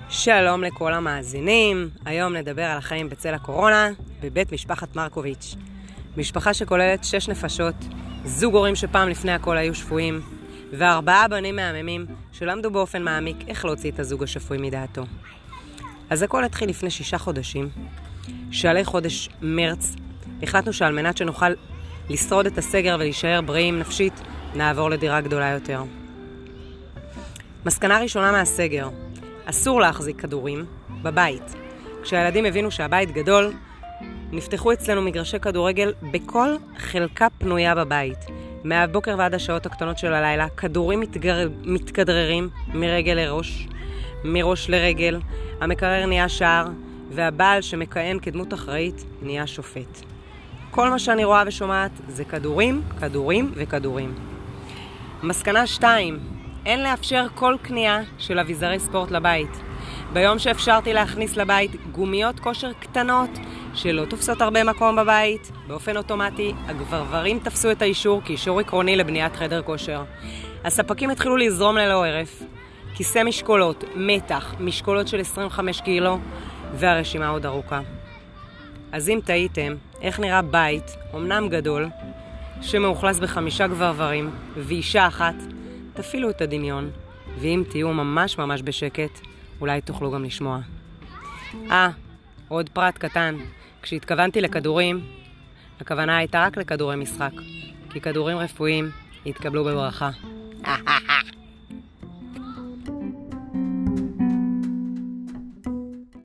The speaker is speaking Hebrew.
שלום לכל המאזינים, היום נדבר על החיים בצל הקורונה בבית משפחת מרקוביץ'. משפחה שכוללת 6 נפשות, זוג הורים שפעם לפני הכל היו שפויים, ו4 בנים מהממים שלמדו באופן מעמיק איך להוציא את הזוג השפוי מדעתו. אז הכל התחיל לפני 6 חודשים, שעלי חודש מרץ החלטנו שעל מנת שנוכל לשרוד את הסגר ולהישאר בריאים נפשית, נעבור לדירה גדולה יותר. מסקנה ראשונה מהסגר, אסור להחזיק כדורים בבית. כשהילדים הבינו שהבית גדול, נפתחו אצלנו מגרשי כדורגל בכל חלקה פנויה בבית. מהבוקר ועד השעות הקטנות של הלילה, כדורים מתכדררים מרגל לראש, מראש לרגל, המקרר נהיה שער, והבעל שמכהן כדמות אחראית נהיה שופט. כל מה שאני רואה ושומעת זה כדורים, כדורים וכדורים. מסקנה 2, אין לאפשר כל קנייה של אביזרי ספורט לבית. ביום שאפשרתי להכניס לבית גומיות כושר קטנות שלא תופסות הרבה מקום בבית, באופן אוטומטי הגברברים תפסו את האישור כאישור עקרוני לבניית חדר כושר. הספקים התחילו לזרום ללא הרף. כיסא משקולות, מתח, משקולות של 25 קילו, והרשימה עוד ארוכה. אז אם תהיתם איך נראה בית, אמנם גדול, שמאוכלס ב5 גברברים ואישה אחת, תפעילו את הדמיון, ואם תהיו ממש בשקט, אולי תוכלו גם לשמוע. עוד פרט קטן, כשהתכוונתי לכדורים, הכוונה הייתה רק לכדורי משחק, כי כדורים רפואיים יתקבלו בברכה.